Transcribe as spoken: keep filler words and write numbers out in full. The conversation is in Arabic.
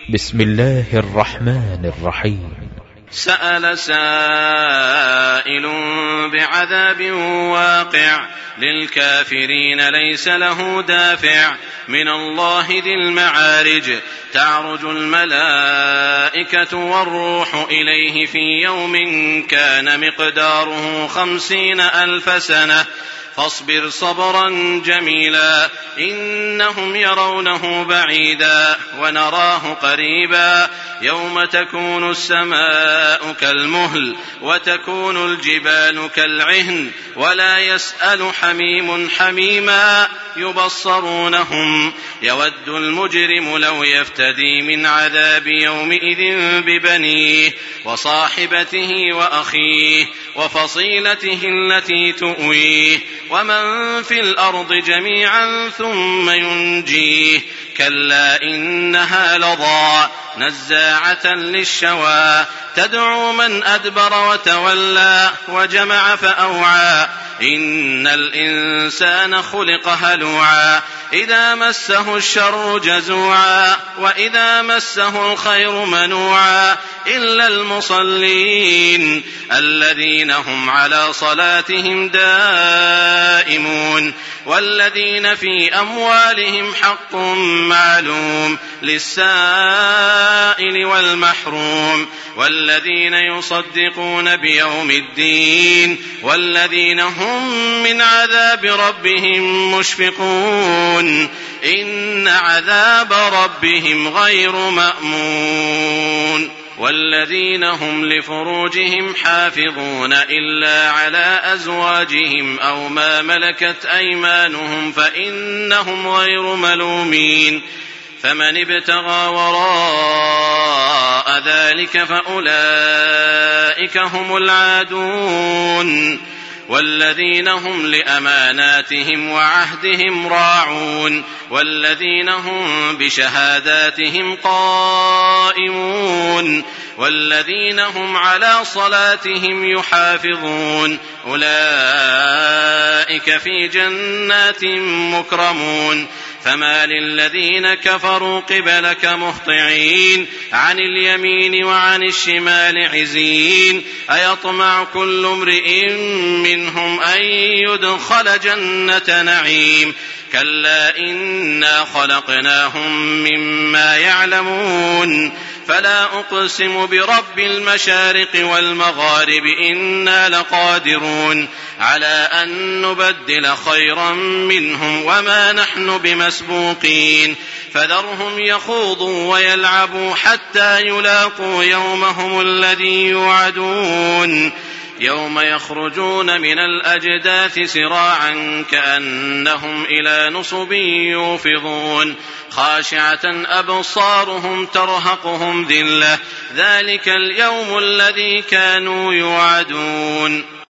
بسم الله الرحمن الرحيم. سأل سائل بعذاب واقع للكافرين ليس له دافع من الله ذي المعارج تعرج الملائكة والروح إليه في يوم كان مقداره خمسين ألف سنة فاصبر صبرا جميلا إنهم يرونه بعيدا ونراه قريبا يوم تكون السماء كالمهل وتكون الجبال كالعهن ولا يسأل حميم حميما يبصرونهم يود المجرم لو يفتدي من عذاب يومئذ ببنيه وصاحبته وأخيه وفصيلته التي تؤويه ومن في الأرض جميعا ثم ينجيه كلا إنها لظى نزاعة للشوى تدعو من أدبر وتولى وجمع فأوعى إن الإنسان خلق هلوعا إذا مسه الشر جزوعا وإذا مسه الخير منوعا إلا المصلين الذين هم على صلاتهم دائمون والذين في أموالهم حق معلوم للسائل والمحروم والذين يصدقون بيوم الدين والذين هم من عذاب ربهم مشفقون إن عذاب ربهم غير مأمون والذين هم لفروجهم حافظون إلا على أزواجهم أو ما ملكت أيمانهم فإنهم غير ملومين فمن ابتغى وراء ذلك فأولئك هم العادون والذين هم لأماناتهم وعهدهم راعون والذين هم بشهاداتهم قائمون والذين هم على صلاتهم يحافظون أولئك في جنات مكرمون فما للذين كفروا قبلك مهطعين عن اليمين وعن الشمال عزين أيطمع كل امرئ منهم أن يدخل جنة نعيم كلا إنا خلقناهم مما يعلمون فلا أقسم برب المشارق والمغارب إنا لقادرون على أن نبدل خيرا منهم وما نحن بمسبوقين فذرهم يخوضوا ويلعبوا حتى يلاقوا يومهم الذي يوعدون يوم يخرجون من الأجداث سراعا كأنهم إلى نصب يوفضون خاشعة أبصارهم ترهقهم ذلة ذلك اليوم الذي كانوا يوعدون